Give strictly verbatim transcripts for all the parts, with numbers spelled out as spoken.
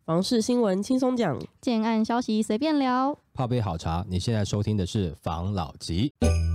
房市新闻轻松讲， 建案消息随便聊， 泡杯好茶。你现在收听的是房老吉。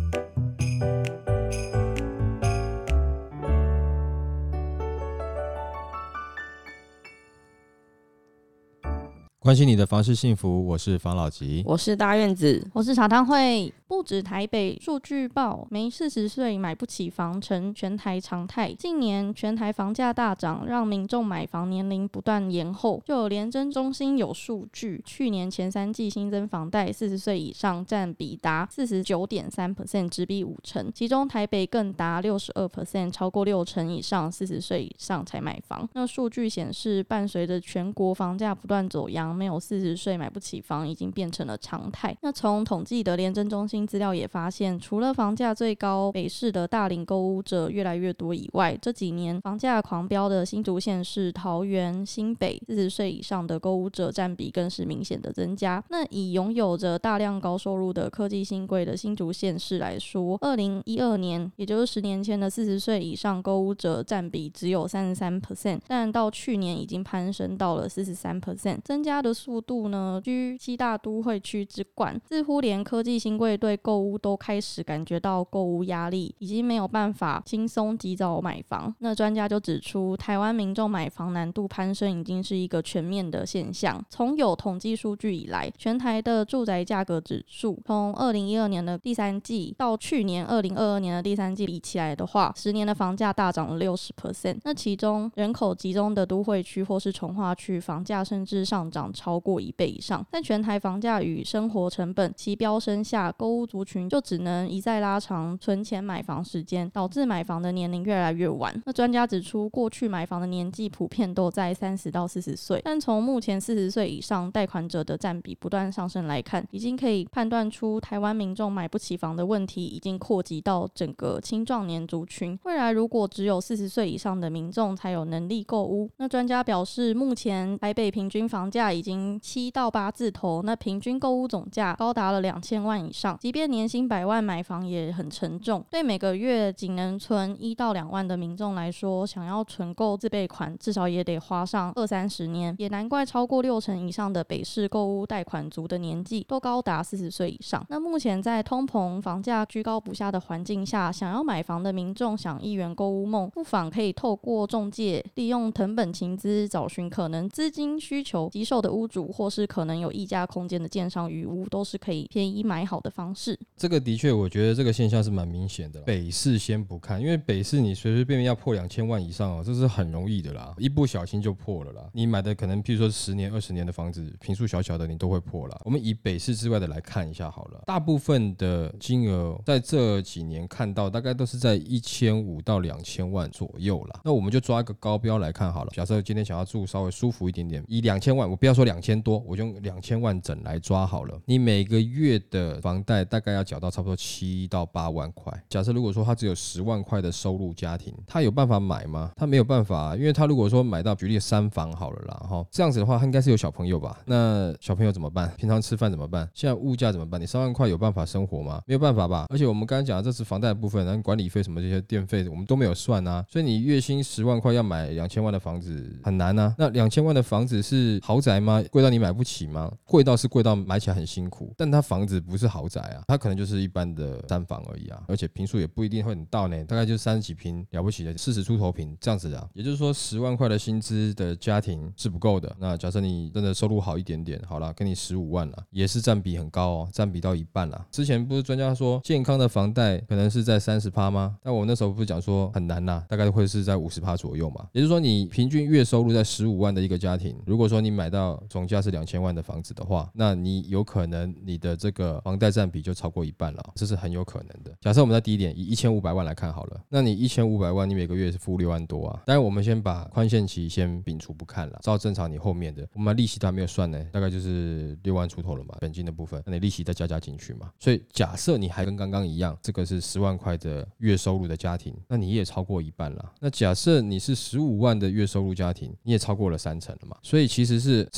关心你的房市幸福，我是房老吉， 我是大院子， 我是茶汤会。不止台北，数据报没四十岁买不起房成全台常态。近年全台房价大涨，让民众买房年龄不断延后。就有联征中心有数据，去年前三季新增房贷四十岁以上占比达 百分之四十九点三， 直逼五成，其中台北更达 百分之六十二， 超过六成以上四十岁以上才买房。那数据显示，伴随着全国房价不断走扬，没有四十岁买不起房已经变成了常态。那从统计的联征中心资料也发现，除了房价最高北市的大龄购屋者越来越多以外，这几年房价狂飙的新竹县市、桃园、新北四十岁以上的购屋者占比更是明显的增加。那以拥有着大量高收入的科技新贵的新竹县市来说，二零一二年也就是十年前的四十岁以上购屋者占比只有 百分之三十三， 但到去年已经攀升到了 百分之四十三， 增加的速度呢居七大都会区之冠，似乎连科技新贵对购屋都开始感觉到购屋压力，已经没有办法轻松及早买房。那专家就指出，台湾民众买房难度攀升已经是一个全面的现象。从有统计数据以来，全台的住宅价格指数从二零一二年的第三季到去年二零二二年的第三季比起来的话，十年的房价大涨了 百分之六十。 那其中人口集中的都会区或是重划区房价甚至上涨超过一倍以上。但全台房价与生活成本齐飙升下，购屋族群就只能一再拉长存钱买房时间，导致买房的年龄越来越晚。那专家指出，过去买房的年纪普遍都在三十到四十岁，但从目前四十岁以上贷款者的占比不断上升来看，已经可以判断出台湾民众买不起房的问题已经扩及到整个青壮年族群。未来如果只有四十岁以上的民众才有能力购屋，那专家表示，目前台北平均房价已经七到八字头，那平均购屋总价高达了两千万以上，即便年薪百万买房也很沉重。对每个月仅能存一到两万的民众来说，想要存够自备款至少也得花上二三十年，也难怪超过六成以上的北市购屋贷款族的年纪都高达四十岁以上。那目前在通膨房价居高不下的环境下，想要买房的民众想一圆购屋梦，不妨可以透过中介利用誊本情资找寻可能资金需求棘手的屋主，或是可能有溢价空间的建商余屋，都是可以便宜买好的方式。 这个的确我觉得这个现象是蛮明显的。北市先不看，因为北市你随随便便要破两千万以上哦，这是很容易的啦，一不小心就破了啦。你买的可能譬如说十年二十年的房子，坪数小小的你都会破啦。我们以北市之外的来看一下好了，大部分的金额在这几年看到大概都是在一千五到两千万左右啦。那我们就抓一个高标来看好了，假设今天想要住稍微舒服一点点，以两千万，我不要说两千多，我就用两千万整来抓好了。你每个月的房贷大概要缴到差不多七到八万块。假设如果说他只有十万块的收入家庭，他有办法买吗？他没有办法啊，因为他如果说买到举例三房好了啦，这样子的话他应该是有小朋友吧？那小朋友怎么办？平常吃饭怎么办？现在物价怎么办？你三万块有办法生活吗？没有办法吧。而且我们刚才讲的这是房贷的部分，然后管理费什么这些电费我们都没有算啊，所以你月薪十万块要买两千万的房子很难啊。那两千万的房子是豪宅吗？贵到你买不起吗？贵到是贵到买起来很辛苦，但它房子不是豪宅啊，它可能就是一般的三房而已啊，而且坪数也不一定会很大呢，大概就三十几坪，了不起的四十出头坪这样子啊。也就是说十万块的薪资的家庭是不够的。那假设你真的收入好一点点，好啦，给你十五万啦，也是占比很高哦，占比到一半啦。之前不是专家说健康的房贷可能是在 百分之三十 吗？但我那时候不是讲说很难啦，大概会是在 百分之五十 左右嘛。也就是说你平均月收入在十五万的一个家庭，如果说你买到总价是两千万的房子的话，那你有可能你的这个房贷占比就超过一半了，这是很有可能的。假设我们在低一点，以一千五百万来看好了，那你一千五百万，你每个月是付六万多啊。当然我们先把宽限期先摒除不看了，照正常你后面的我们利息都还没有算呢，大概就是六万出头了嘛，本金的部分，那你利息再加加进去嘛。所以假设你还跟刚刚一样，这个是十万块的月收入的家庭，那你也超过一半了。那假设你是十五万的月收入家庭，你也超过了三成了嘛。所以其实是持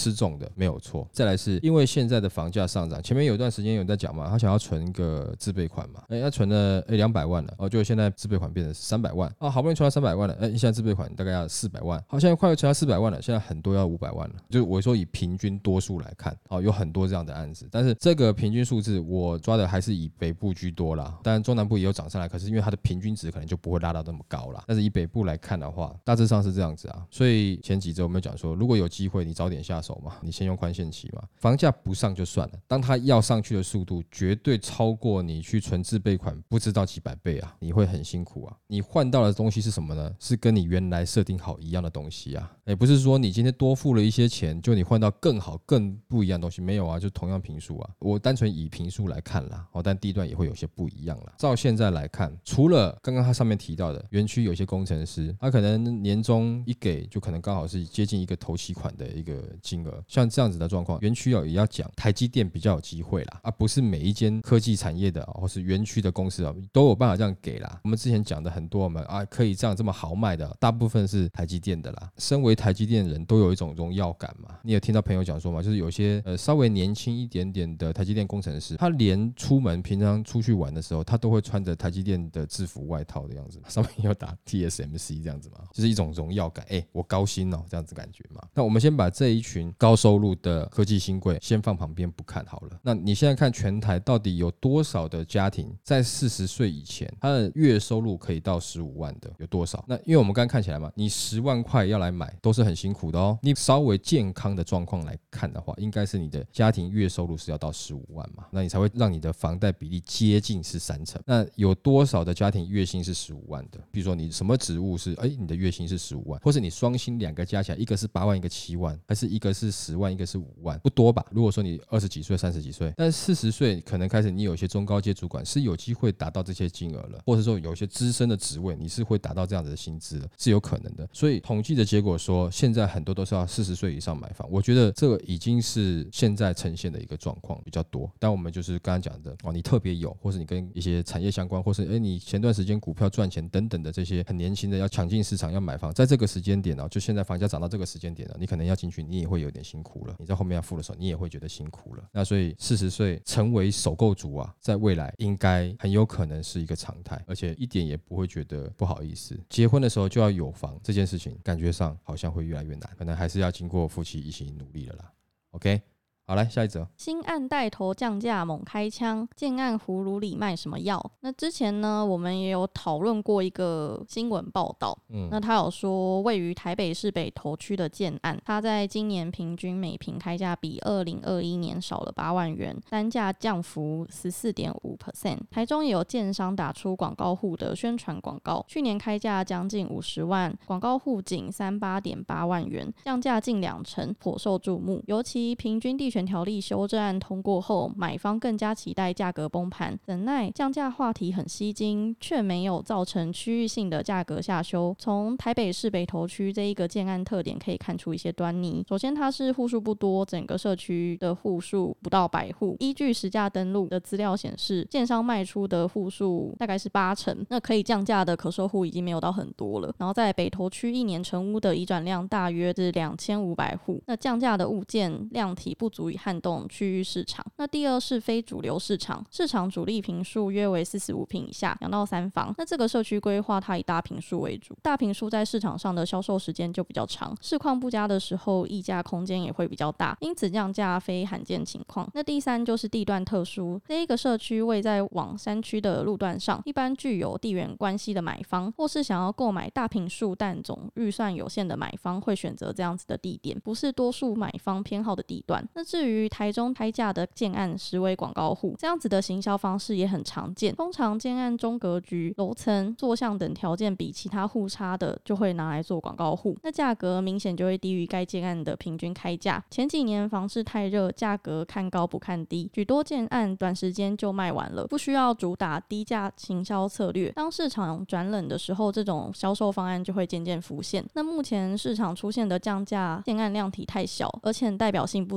吃重的，没有错。再来是因为现在的房价上涨，前面有一段时间有人在讲嘛，他想要存一个自备款嘛，哎，他存了哎两百万了，哦，就现在自备款变成三百万，哦，好不容易存到三百万了，哎，现在自备款大概要四百万，好，现在快存到四百万了，现在很多要五百万了，就是我说以平均多数来看，哦，有很多这样的案子，但是这个平均数字我抓的还是以北部居多啦，当然中南部也有涨上来，可是因为它的平均值可能就不会拉到那么高啦，但是以北部来看的话，大致上是这样子啊，所以前几周我们讲说，如果有机会你早点下手嘛，你先用宽限期嘛，房价不上就算了，当它要上去的速度绝对超过你去存自备款不知道几百倍啊，你会很辛苦啊。你换到的东西是什么呢？是跟你原来设定好一样的东西啊，也不是说你今天多付了一些钱，就你换到更好更不一样的东西，没有啊，就同样坪数啊。我单纯以坪数来看啦，哦，但地段也会有些不一样啦。照现在来看，除了刚刚他上面提到的园区有些工程师，他可能年终一给就可能刚好是接近一个头期款的一个金额，像这样子的状况，园区也要讲台积电比较有机会啦，而、啊、不是每一间科技产业的、哦、或是园区的公司、哦、都有办法这样给啦。我们之前讲的很多我们啊可以这样这么豪迈的，大部分是台积电的啦。身为台积电人都有一种荣耀感嘛，你有听到朋友讲说嘛，就是有些呃稍微年轻一点点的台积电工程师，他连出门平常出去玩的时候，他都会穿着台积电的制服外套的样子，上面有打 T S M C 这样子嘛，就是一种荣耀感，哎、欸，我高薪哦，这样子感觉嘛。那我们先把这一群高收入的科技新贵先放旁边不看好了。那你现在看全台到底有多少的家庭在四十岁以前，他的月收入可以到十五万的有多少？那因为我们刚刚看起来嘛，你十万块要来买都是很辛苦的哦。你稍微健康的状况来看的话，应该是你的家庭月收入是要到十五万嘛，那你才会让你的房贷比例接近是三成。那有多少的家庭月薪是十五万的？比如说你什么职务是，哎，你的月薪是十五万，或是你双薪两个加起来，一个是八万，一个七万，还是一个是十万，一个是五万，不多吧？如果说你二十几岁、三十几岁，但是四十岁可能开始你有一些中高阶主管是有机会达到这些金额了，或者说有一些资深的职位你是会达到这样子的薪资了，是有可能的。所以统计的结果说，现在很多都是要四十岁以上买房，我觉得这个已经是现在呈现的一个状况比较多。但我们就是刚刚讲的哦，你特别有，或是你跟一些产业相关，或是哎你前段时间股票赚钱等等的这些很年轻的要抢进市场要买房，在这个时间点啊，就现在房价涨到这个时间点了，你可能要进去，你也会有点辛苦了。你在后面要付的时候，你也会觉得辛苦了。那所以四十岁成为首购族啊，在未来应该很有可能是一个常态，而且一点也不会觉得不好意思。结婚的时候就要有房这件事情，感觉上好像会越来越难，可能还是要经过夫妻一起努力了啦。OK。好，来下一则。 新案带头降价猛开枪，建案葫芦里卖什么药？那之前呢，我们也有讨论过一个新闻报道，嗯，那他有说位于台北市北投区的建案，它在今年平均每坪开价比二零二一年少了八万元，单价降幅 百分之十四点五。台中也有建商打出广告户的宣传广告，去年开价将近五十万，广告户仅三十八点八万元，降价近两成，颇受注目。尤其平均地权条例修正案通过后，买方更加期待价格崩盘，怎奈降价话题很吸睛，却没有造成区域性的价格下修。从台北市北投区这一个建案特点可以看出一些端倪。首先，它是户数不多，整个社区的户数不到百户。依据实价登录的资料显示，建商卖出的户数大概是八成，那可以降价的可售户已经没有到很多了。然后在北投区一年成屋的移转量大约是两千五百户，那降价的物件量体不足以撼动区域市场。那第二是非主流市场，市场主力坪数约为四十五坪以下，两到三房。那这个社区规划它以大坪数为主，大坪数在市场上的销售时间就比较长，市况不佳的时候溢价空间也会比较大，因此降价非罕见情况。那第三就是地段特殊，这一个社区位在往山区的路段上，一般具有地缘关系的买方，或是想要购买大坪数但总预算有限的买方会选择这样子的地点，不是多数买方偏好的地段。那至于台中开价的建案实为广告户，这样子的行销方式也很常见。通常建案中格局、楼层、坐向等条件比其他户差的，就会拿来做广告户，那价格明显就会低于该建案的平均开价。前几年房市太热，价格看高不看低，许多建案短时间就卖完了，不需要主打低价行销策略。当市场转冷的时候，这种销售方案就会渐渐浮现。那目前市场出现的降价建案量体太小，而且代表性不足，无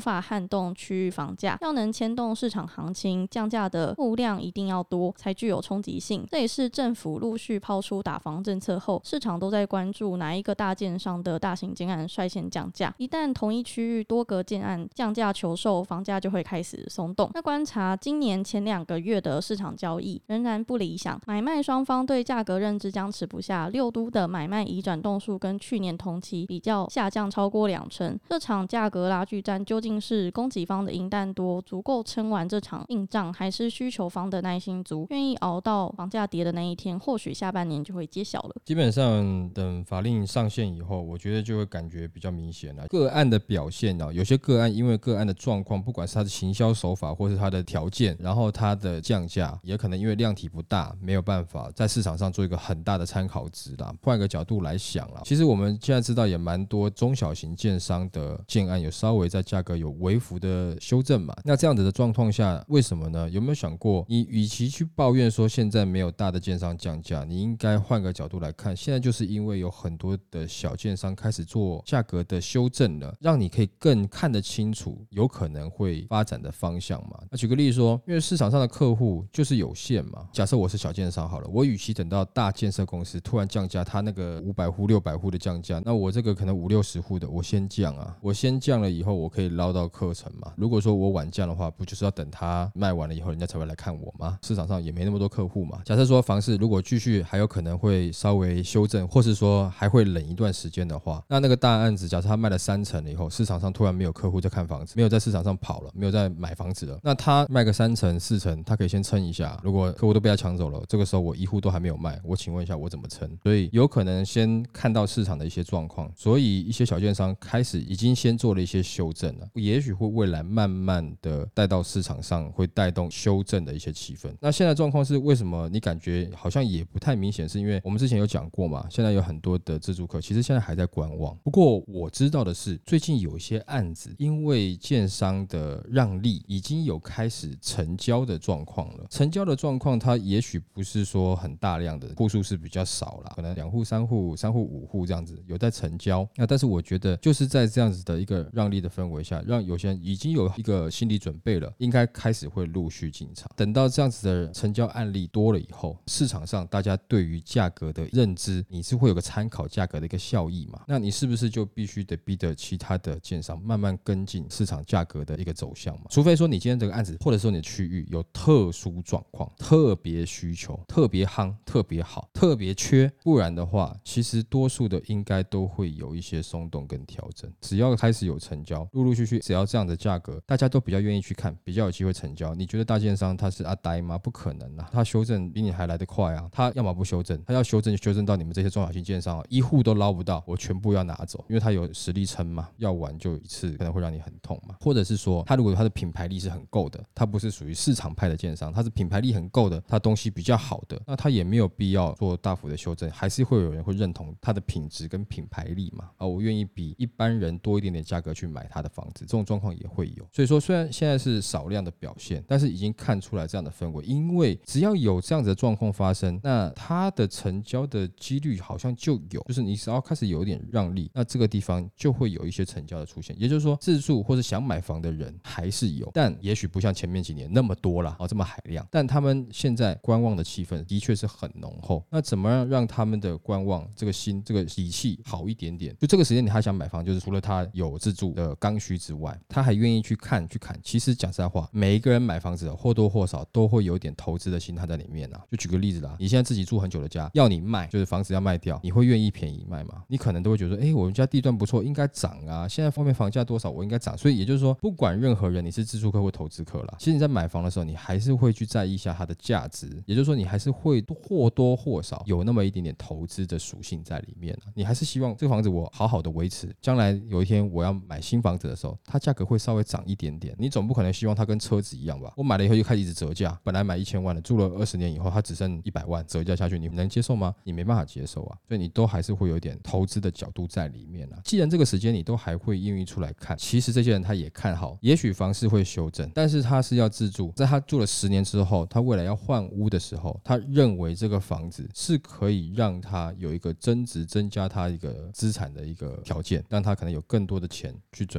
法撼动区域房价，要能牵动市场行情，降价的物量一定要多，才具有冲击性。这也是政府陆续抛出打房政策后，市场都在关注哪一个大建商的大型建案率先降价。一旦同一区域多个建案降价求售，房价就会开始松动。那观察今年前两个月的市场交易仍然不理想，买卖双方对价格认知僵持不下，六都的买卖移转栋数跟去年同期比较下降超过两成。这场价格拉锯战究竟是供给方的银弹多足够撑完这场硬仗，还是需求方的耐心足愿意熬到房价跌的那一天？或许下半年就会揭晓了。 基本上等法令上线以后，我觉得就会感觉比较明显了。个案的表现啊，有些个案因为个案的状况，不管是它的行销手法或是它的条件，然后它的降价，也可能因为量体不大，没有办法在市场上做一个很大的参考值啦。换个角度来想啦，其实我们现在知道也蛮多中小型建商的建案有稍微在价格有微幅的修正嘛。那这样子的状况下，为什么呢？有没有想过，你与其去抱怨说现在没有大的建商降价，你应该换个角度来看，现在就是因为有很多的小建商开始做价格的修正了，让你可以更看得清楚有可能会发展的方向嘛。那举个例子说，因为市场上的客户就是有限嘛，假设我是小建商好了，我与其等到大建设公司突然降价，他那个五百户六百户的降价，那我这个可能五六十户的我先降啊，我先降了以后我可以捞到课程嘛。如果说我晚降的话，不就是要等他卖完了以后人家才会来看我吗？市场上也没那么多客户嘛。假设说房市如果继续还有可能会稍微修正，或是说还会冷一段时间的话，那那个大案子假设他卖了三成了以后，市场上突然没有客户在看房子，没有在市场上跑了，没有在买房子了，那他卖个三成四成，他可以先撑一下。如果客户都被他抢走了，这个时候我一户都还没有卖，我请问一下我怎么撑？所以有可能先看到市场的一些状况，所以一些小建商开始已经先做了一些修正了，也许会未来慢慢的带到市场上，会带动修正的一些气氛。那现在状况是为什么你感觉好像也不太明显？是因为我们之前有讲过嘛，现在有很多的自住客其实现在还在观望。不过我知道的是，最近有一些案子因为建商的让利已经有开始成交的状况了。成交的状况它也许不是说很大量的，户数是比较少啦，可能两户三户三户五户这样子有在成交。那但是我觉得就是在这样子的一个让利的氛围下，让有些人已经有一个心理准备了，应该开始会陆续进场。等到这样子的成交案例多了以后，市场上大家对于价格的认知，你是会有个参考价格的一个效益嘛？那你是不是就必须得逼得其他的建商慢慢跟进市场价格的一个走向嘛？除非说你今天这个案子或者说你的区域有特殊状况，特别需求，特别夯，特别好，特别缺，不然的话其实多数的应该都会有一些松动跟调整。只要开始有成交，陆陆续续只要这样的价格大家都比较愿意去看，比较有机会成交。你觉得大建商他是阿呆吗？不可能啊，他修正比你还来得快啊。他要么不修正，他要修正就修正到你们这些中小型建商、啊、一户都捞不到，我全部要拿走，因为他有实力撑嘛，要完就一次可能会让你很痛嘛。或者是说他如果他的品牌力是很够的，他不是属于市场派的建商，他是品牌力很够的，他东西比较好的，那他也没有必要做大幅的修正，还是会有人会认同他的品质跟品牌力嘛。啊，我愿意比一般人多一点点价格去买他的房子，这种状况也会有。所以说虽然现在是少量的表现，但是已经看出来这样的氛围，因为只要有这样子的状况发生，那它的成交的几率好像就有，就是你只要开始有一点让利，那这个地方就会有一些成交的出现。也就是说自住或是想买房的人还是有，但也许不像前面几年那么多啦、哦、这么海量，但他们现在观望的气氛的确是很浓厚。那怎么样让他们的观望这个心这个底气好一点点？就这个时间你还想买房，就是除了他有自住的刚需之外，他还愿意去看去看。其实讲实在话，每一个人买房子或多或少都会有点投资的心态在里面啊。就举个例子啦，你现在自己住很久的家，要你卖，就是房子要卖掉，你会愿意便宜卖吗？你可能都会觉得说，哎，我们家地段不错，应该涨啊，现在外面房价多少，我应该涨。所以也就是说，不管任何人，你是自住客或投资客啦，其实你在买房的时候，你还是会去在意一下它的价值。也就是说，你还是会或多或少有那么一点点投资的属性在里面、啊、你还是希望这个房子我好好的维持，将来有一天我要买新房子的时候，它价格会稍微涨一点点。你总不可能希望它跟车子一样吧？我买了以后就开始一直折价，本来买一千万的，住了二十年以后，它只剩一百万，折价下去，你能接受吗？你没办法接受啊。所以你都还是会有一点投资的角度在里面啊。既然这个时间你都还会愿意出来看，其实这些人他也看好，也许房市会修正，但是他是要自住，在他住了十年之后，他未来要换屋的时候，他认为这个房子是可以让他有一个增值，增加他一个资产的一个条件，让他可能有更多的钱去准备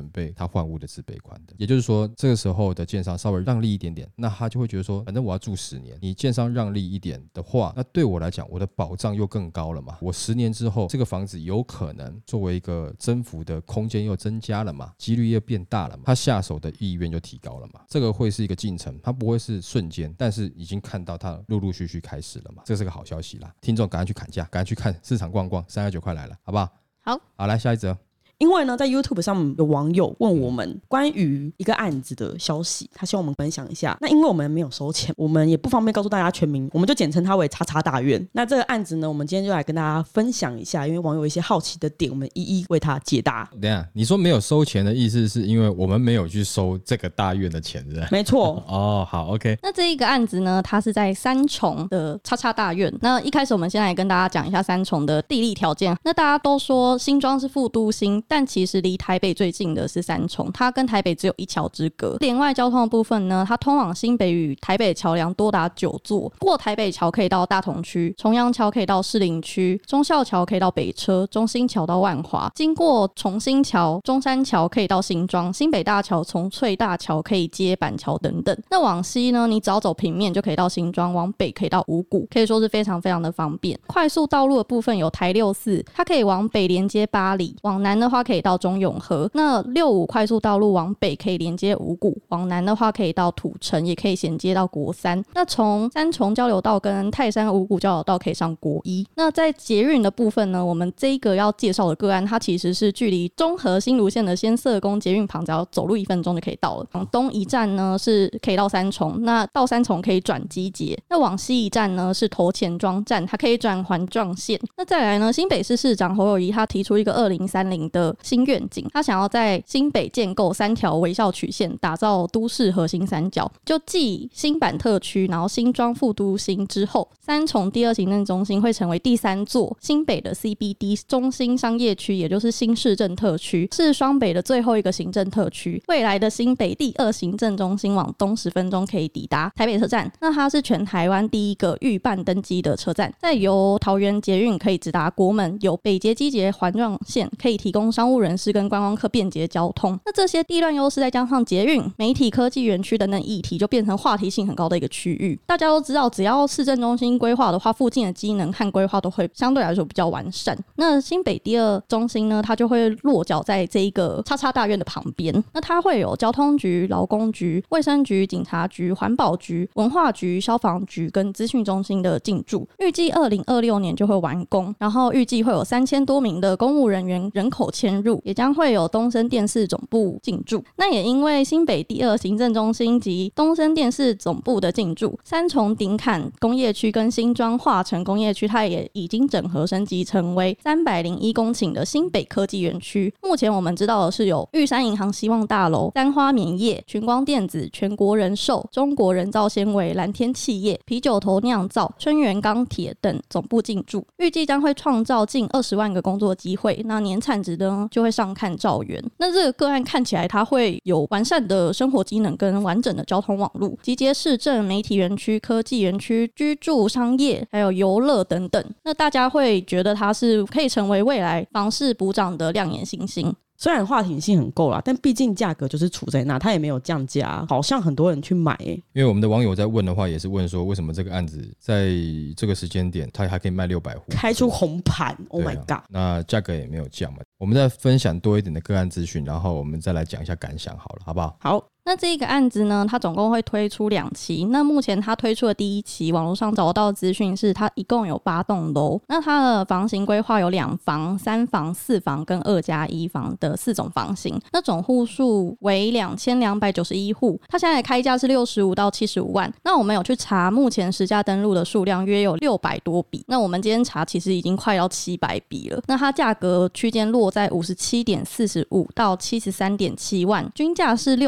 他换屋的自备款的。也就是说这个时候的建商稍微让利一点点，那他就会觉得说反正我要住十年，你建商让利一点的话，那对我来讲我的保障又更高了嘛，我十年之后这个房子有可能作为一个增幅的空间又增加了嘛，几率又变大了嘛，他下手的意愿就提高了嘛。这个会是一个进程，它不会是瞬间，但是已经看到它陆陆续续开始了嘛，这是个好消息啦。听众赶快去砍价，赶快去看市场逛逛，三二九快来了，好不好？ 好， 好，来下一则。 因为呢，在 YouTube 上有网友问我们关于一个案子的消息，他希望我们分享一下。那因为我们没有收钱，我们也不方便告诉大家全名，我们就简称它为叉叉大院。那这个案子呢，我们今天就来跟大家分享一下，因为网友一些好奇的点，我们一一为他解答。 等一下，你说没有收钱的意思是因为我们没有去收这个大院的钱，是吧？ 没错。 哦，好 ，OK。 那这一个案子呢，它是在三重的叉叉大院。那一开始我们先来跟大家讲一下三重的地利条件。那大家都说新庄是副都心，但其实离台北最近的是三重，它跟台北只有一桥之隔。连外交通的部分呢，它通往新北与台北桥梁多达九座，过台北桥可以到大同区，重阳桥可以到士林区，忠孝桥可以到北车，中兴桥到万华，经过重兴桥、中山桥可以到新庄，新北大桥、从翠大桥可以接板桥等等。那往西呢，你只要走平面就可以到新庄，往北可以到五股，可以说是非常非常的方便。快速道路的部分有台六四，它可以往北连接八里，往南的话可以到中永和。那六五快速道路往北可以连接五股，往南的话可以到土城，也可以衔接到国三。那从三重交流道跟泰山五股交流道可以上国一。那在捷运的部分呢，我们这一个要介绍的个案，它其实是距离中和新芦线的先嗇宫捷运旁，只要走路一分钟就可以到了。往东一站呢是可以到三重，那到三重可以转机捷。那往西一站呢是头前庄站，它可以转环状线。那再来呢，新北市市长侯友宜他提出一个二零三零的新愿景，他想要在新北建构三条微笑曲线，打造都市核心三角。就继新版特区，然后新庄副都心之后，三重第二行政中心会成为第三座新北的 C B D 中心商业区，也就是新市政特区，是双北的最后一个行政特区。未来的新北第二行政中心往东十分钟可以抵达台北车站，那它是全台湾第一个预办登机的车站。再由桃园捷运可以直达国门，有北捷机捷环状线，可以提供商务人士跟观光客便捷交通。那这些地段优势再加上捷运、媒体科技园区等等议题，就变成话题性很高的一个区域。大家都知道，只要市政中心规划的话，附近的机能和规划都会相对来说比较完善。那新北第二中心呢，它就会落脚在这一个叉叉大院的旁边。那它会有交通局、劳工局、卫生局、警察局、环保局、文化局、消防局跟资讯中心的进驻。预计二零二六年就会完工，然后预计会有三千多名的公务人员人口迁入，也将会有东森电视总部进驻。那也因为新北第二行政中心及东森电视总部的进驻，三重顶坎工业区跟新庄化成工业区，它也已经整合升级成为三百零一公顷的新北科技园区。目前我们知道的是有玉山银行希望大楼、三花棉业、群光电子、全国人寿、中国人造纤维、蓝天企业、啤酒头酿造、春源钢铁等总部进驻，预计将会创造近二十万个工作机会，那年产值呢就会上看兆元。那这个个案看起来它会有完善的生活机能跟完整的交通网路，集结市政、媒体园区、科技园区、居住、商业还有游乐等等。那大家会觉得它是可以成为未来房市补涨的亮眼新星。 虽然话题性很够啦，但毕竟价格就是处在那，它也没有降价，好像很多人去买、欸、 因为我们的网友在问的话也是问说为什么这个案子在这个时间点它还可以卖六百户， 开出红盘 Oh my god、啊、 那价格也没有降嘛。我们再分享多一点的个案资讯，然后我们再来讲一下感想好了，好不好？ 好。 那这个案子呢，它总共会推出两期。那目前它推出的第一期，网络上找到的资讯是它一共有八栋楼。那它的房型规划有两房、三房、四房跟二加一房的四种房型。那总户数为两千两百九十一户。它现在的开价是六十五到七十五万。那我们有去查，目前实价登录的数量约有六百多笔。那我们今天查，其实已经快要七百笔了。那它价格区间落在五十七点四五到七十三点七万，均价是六十二点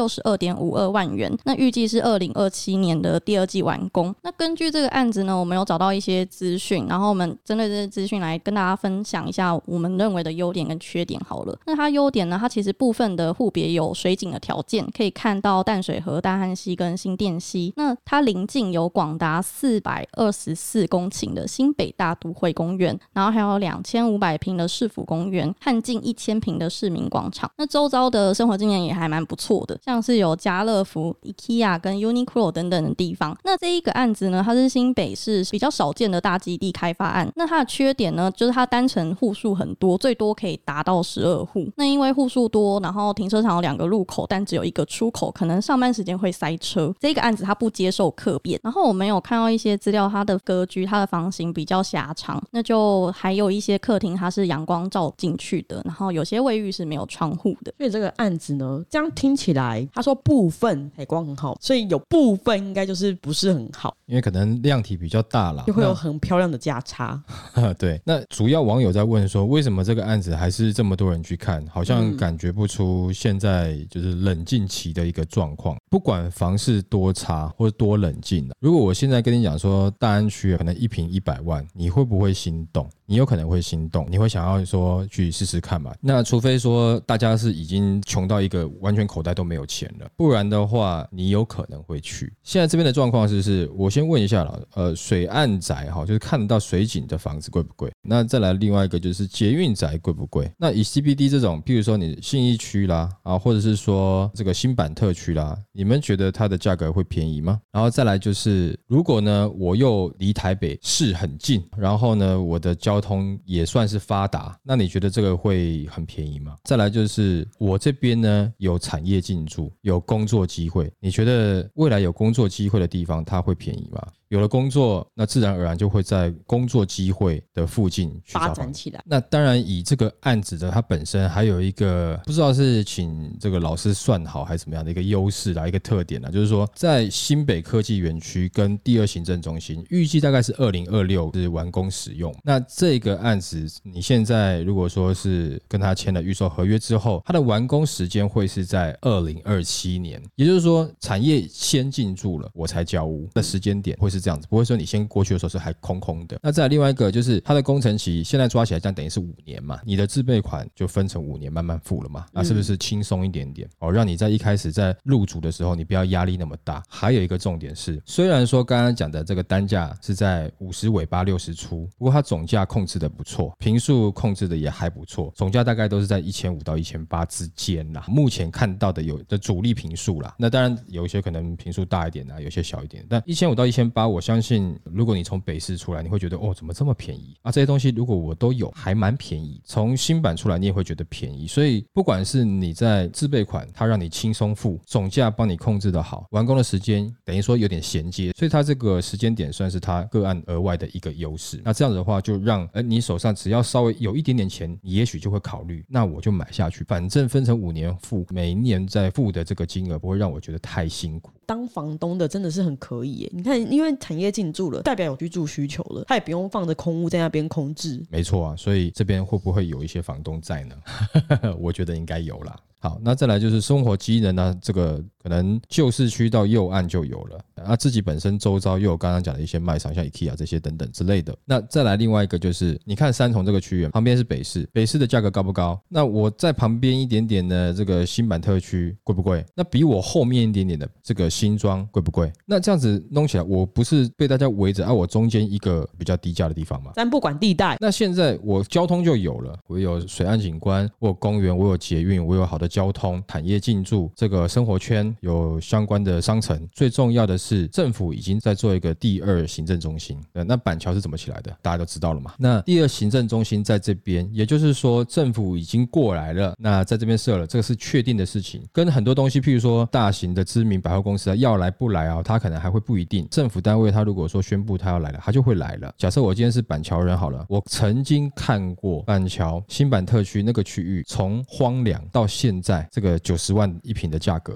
点五二万元，那预计是二零二七年的第二季完工。那根据这个案子呢，我们有找到一些资讯，然后我们针对这些资讯来跟大家分享一下我们认为的优点跟缺点好了。那它优点呢，它其实部分的户别有水景的条件，可以看到淡水河、大汉溪跟新店溪。那它邻近有广达四百二十四公顷的新北大都会公园，然后还有两千五百坪的市府公园和近一千坪的市民广场。那周遭的生活经验也还蛮不错的，像是有家乐福、IKEA 跟 Uniqlo 等等的地方。那这一个案子呢，它是新北市比较少见的大基地开发案。那它的缺点呢，就是它单程户数很多，最多可以达到十二户。那因为户数多，然后停车场有两个入口，但只有一个出口，可能上班时间会塞车。这个案子它不接受客变。然后我们有看到一些资料，它的格局、它的房型比较狭长，那就还有一些客厅它是阳光照进去的，然后有些卫浴是没有窗户的。 所以这个案子呢，这样听起来他说部分采光很好，所以有部分应该就是不是很好， 因为可能量体比较大啦， 就会有很漂亮的价差。 对，那主要网友在问说，为什么这个案子还是这么多人去看？好像感觉不出现在就是冷静期的一个状况。不管房市多差或者多冷静，如果我现在跟你讲说大安区可能一坪一百万，你会不会心动？你有可能会心动，你会想要说去试试看嘛？那除非说大家是已经穷到一个完全口袋都没有钱了，不然的话你有可能会去。现在这边的状况是是我先问一下了，呃，水岸宅哈，就是看得到水景的房子贵不贵？那再来另外一个就是捷运宅贵不贵？那以 C B D 这种，譬如说你信义区啦啊，或者是说这个新板特区啦，你们觉得它的价格会便宜吗？然后再来就是如果呢我又离台北市很近，然后呢我的交通也算是发达，那你觉得这个会很便宜吗？再来就是我这边呢有产业进驻，有工作机会，你觉得未来有工作机会的地方它会便宜吗？有了工作，那自然而然就会在工作机会的附近去发展起来。 那当然以这个案子的它本身还有一个不知道是请这个老师算好还是怎么样的一个优势啦，一个特点啦，就是说在新北科技园区跟第二行政中心预计大概是二零二六是完工使用。那这个案子你现在如果说是跟他签了预售合约之后，它的完工时间会是在二零二七年，也就是说产业先进驻了我才交屋的时间点会是这样子，不会说你先过去的时候是还空空的。那再来另外一个就是它的工程期现在抓起来这样等于是五年嘛，你的自备款就分成五年慢慢付了嘛，那是不是轻松一点点、哦、让你在一开始在入主的时候你不要压力那么大。还有一个重点是，虽然说刚刚讲的这个单价是在五十尾巴六十出，不过它总价控制的不错，坪数控制的也还不错，总价大概都是在一千五到一千八之间啦，目前看到的有的主力坪数啦，那当然有一些可能坪数大一点啊，有些小一点，但一千五到一千八我相信如果你从北市出来你会觉得哦怎么这么便宜啊，这些东西如果我都有还蛮便宜，从新版出来你也会觉得便宜。所以不管是你在自备款它让你轻松付，总价帮你控制的好，完工的时间等于说有点衔接，所以它这个时间点算是它个案额外的一个优势。那这样子的话就让呃你手上只要稍微有一点点钱，你也许就会考虑那我就买下去，反正分成五年付，每一年在付的这个金额不会让我觉得太辛苦。 当房东的真的是很可以耶，你看因为产业进驻了，代表有居住需求了，他也不用放着空屋在那边空置。 没错啊，所以这边会不会有一些房东在呢？我觉得应该有啦。好，那再来就是生活机能呢，这个可能旧市区到右岸就有了，啊，自己本身周遭又有刚刚讲的一些卖场，像 IKEA 这些等等之类的。那再来另外一个就是，你看三重这个区域旁边是北市，北市的价格高不高？那我在旁边一点点的这个新板特区贵不贵？那比我后面一点点的这个新庄贵不贵？那这样子弄起来，我不是被大家围着啊，我中间一个比较低价的地方吗？ 咱不管地带。 那现在我交通就有了，我有水岸景观，我有公园，我有捷运，我有好的交通，产业进驻，这个生活圈有相关的商城，最重要的是政府已经在做一个第二行政中心。那板桥是怎么起来的？大家都知道了嘛。那第二行政中心在这边，也就是说政府已经过来了，那在这边设了，这个是确定的事情。跟很多东西譬如说大型的知名百货公司啊，要来不来啊，它可能还会不一定。政府单位它如果说宣布它要来了，它就会来了。假设我今天是板桥人好了，我曾经看过板桥新板特区那个区域从荒凉到现在这个九十万一坪的价格，因为我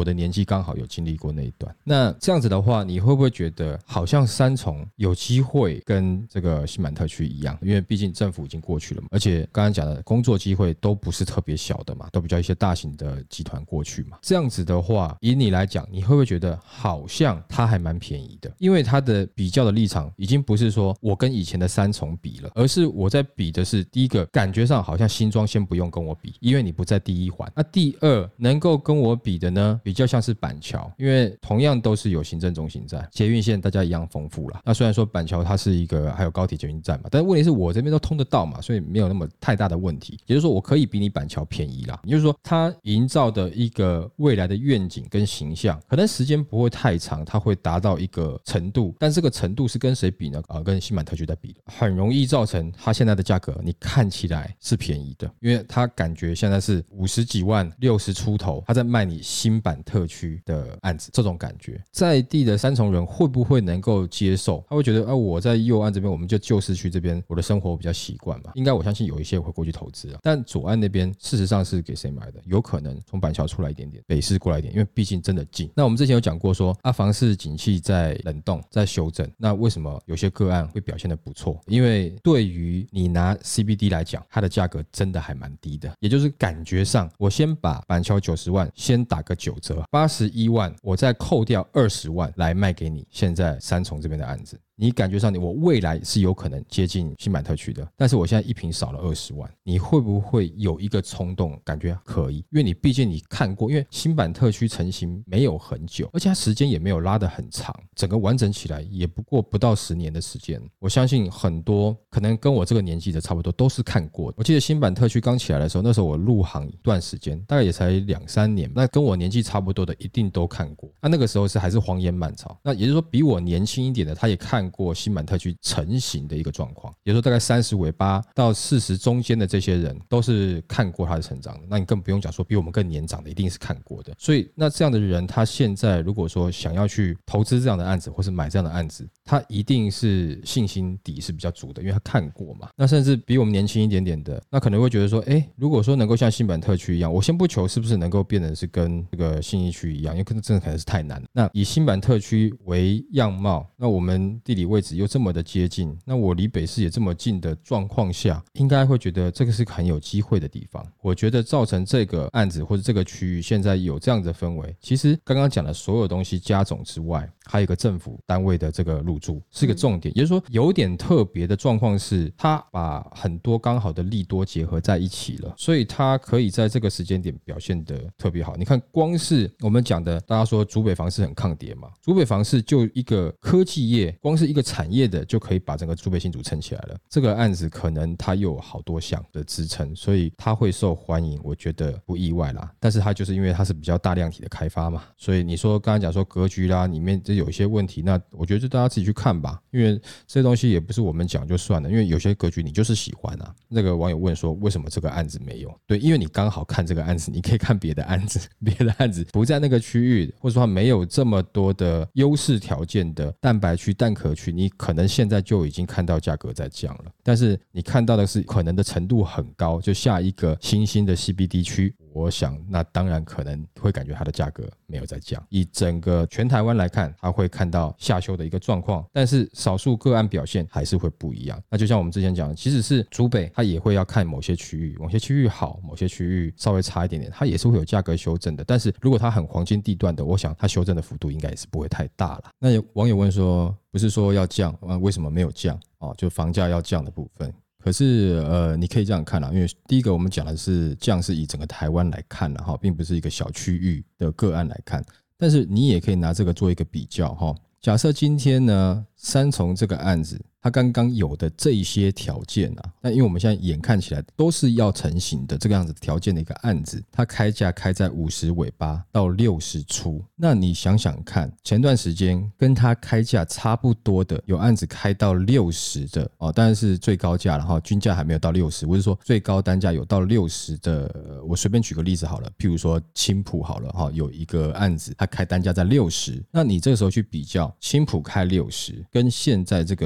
的年纪刚好有经历过那一段。那这样子的话，你会不会觉得好像三重有机会跟这个新版特区一样？因为毕竟政府已经过去了嘛，而且刚刚讲的工作机会都不是特别小的嘛，都比较一些大型的集团过去嘛。这样子的话，以你来讲，你会不会觉得好像它还蛮便宜的？因为它的比较的立场已经不是说我跟以前的三重比了，而是我在比的是第一个，感觉上好像新庄先不用跟我比，因为你不在第一环。那第二，能够跟我比的呢，比较像是板桥，因为同样都是有行政中心在，捷运线大家一样丰富啦。那虽然说板桥它是一个还有高铁捷运站嘛，但是问题是我这边都通得到嘛，所以没有那么太大的问题。也就是说，我可以比你板桥便宜啦。也就是说，它营造的一个未来的愿景跟形象，可能时间不会太长，它会达到一个程度，但这个程度是跟谁比呢？啊、呃，跟新版特区在比的，很容易造成它现在的价格，你看起来是便宜的，因为它感觉现在是五十几万、六十出头，它在卖你新版特区的案子，这种感觉，在地的三重人会不会能够接受？他会觉得，啊，我在右岸这边，我们就旧市区这边，我的生活比较习惯嘛，应该我相信有一些会过去投资啊。但左岸那边，事实上是给谁买的？有可能从板桥出来一点点，北市过来一点，因为毕竟真的近。那我们之前有讲过说，啊，房市景气在冷冻，在修正，那为什么有些个案会表现得不错？因为对于你拿 C B D 来讲，它的价格真的还蛮低的，也就是感觉上，我先把板桥九十万先打个九折，八十一万，我再扣掉二十万来卖给你现在三重这边的案子。你感觉上你我未来是有可能接近新版特区的，但是我现在一坪少了二十万，你会不会有一个冲动感觉可以？因为你毕竟你看过，因为新版特区成型没有很久，而且它时间也没有拉得很长，整个完整起来也不过不到十年的时间。我相信很多可能跟我这个年纪的差不多都是看过的。我记得新版特区刚起来的时候，那时候我入行一段时间，大概也才两三年，那跟我年纪差不多的一定都看过。那那个时候是还是荒烟漫草，那也就是说比我年轻一点的他也看过新版特区成型的一个状况，也就是说大概三十尾巴到四十中间的这些人都是看过他的成长的，那你更不用讲说比我们更年长的一定是看过的。所以那这样的人他现在如果说想要去投资这样的案子或是买这样的案子，他一定是信心底是比较足的，因为他看过嘛。那甚至比我们年轻一点点的，那可能会觉得说，哎，如果说能够像新版特区一样，我先不求是不是能够变成是跟这个信义区一样，因为真的可能是太难了。那以新版特区为样貌，那我们地理位置又这么的接近，那我离北市也这么近的状况下，应该会觉得这个是很有机会的地方。我觉得造成这个案子或者这个区域现在有这样的氛围，其实刚刚讲的所有东西加总之外，还有一个政府单位的这个入驻是个重点，也就是说有点特别的状况是，它把很多刚好的利多结合在一起了，所以它可以在这个时间点表现得特别好。你看，光是我们讲的，大家说竹北房市很抗跌嘛，竹北房市就一个科技业，光是一个产业的就可以把整个竹北新竹撑起来了。这个案子可能它有好多项的支撑，所以它会受欢迎，我觉得不意外啦。但是它就是因为它是比较大量体的开发嘛，所以你说刚才讲说格局啦，里面这有一些问题，那我觉得就大家自己去看吧，因为这些东西也不是我们讲就算了，因为有些格局你就是喜欢啊。那个网友问说为什么这个案子没有？对，因为你刚好看这个案子，你可以看别的案子，别的案子不在那个区域，或者说没有这么多的优势条件的蛋白区、蛋壳区，你可能现在就已经看到价格在降了。但是你看到的是可能的程度很高，就下一个新兴的 C B D 区，我想那当然可能会感觉它的价格没有在降。以整个全台湾来看，它会看到下修的一个状况，但是少数个案表现还是会不一样。那就像我们之前讲的，即使是竹北，它也会要看某些区域，某些区域好，某些区域稍微差一点点，它也是会有价格修正的。但是如果它很黄金地段的，我想它修正的幅度应该也是不会太大了。那有网友问说，不是说要降，为什么没有降？哦，就房价要降的部分。可是呃，你可以这样看啦，因为第一个我们讲的是降是以整个台湾来看啦，哈，并不是一个小区域的个案来看。但是你也可以拿这个做一个比较哈。假设今天呢，三重这个案子，它刚刚有的这一些条件啊，那因为我们现在眼看起来都是要成型的这个样子条件的一个案子，它开价开在五十尾巴到六十出，那你想想看，前段时间跟它开价差不多的有案子开到六十的哦，当然是最高价了哈，均价还没有到六十，我是说最高单价有到六十的，我随便举个例子好了，譬如说青埔好了哈，有一个案子它开单价在六十，那你这个时候去比较青埔开六十跟现在这个三重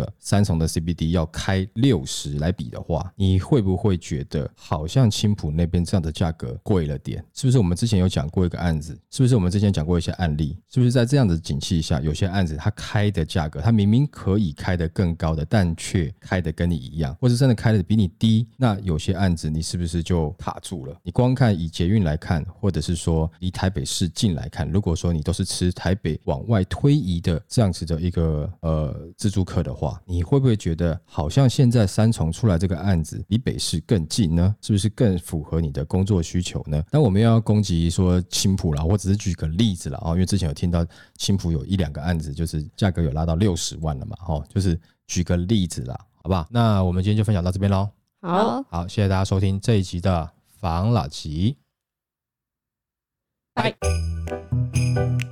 重的 C B D 要开六十来比的话，你会不会觉得好像青埔那边这样的价格贵了点？是不是我们之前有讲过一个案子？是不是我们之前讲过一些案例？是不是在这样的景气下，有些案子它开的价格，它明明可以开得更高的，但却开得跟你一样，或是真的开得比你低？那有些案子你是不是就卡住了？你光看以捷运来看，或者是说离台北市近来看，如果说你都是吃台北往外推移的这样子的一个呃自助客的话，你会不会觉得好像现在三重出来这个案子比北市更近呢？是不是更符合你的工作需求呢？但我们要攻击说青埔啦，我只是举个例子啦，因为之前有听到青埔有一两个案子就是价格有拉到六十万了嘛，就是举个例子啦，好不好？那我们今天就分享到这边咯。 好， 好，谢谢大家收听这一集的房老吉，拜。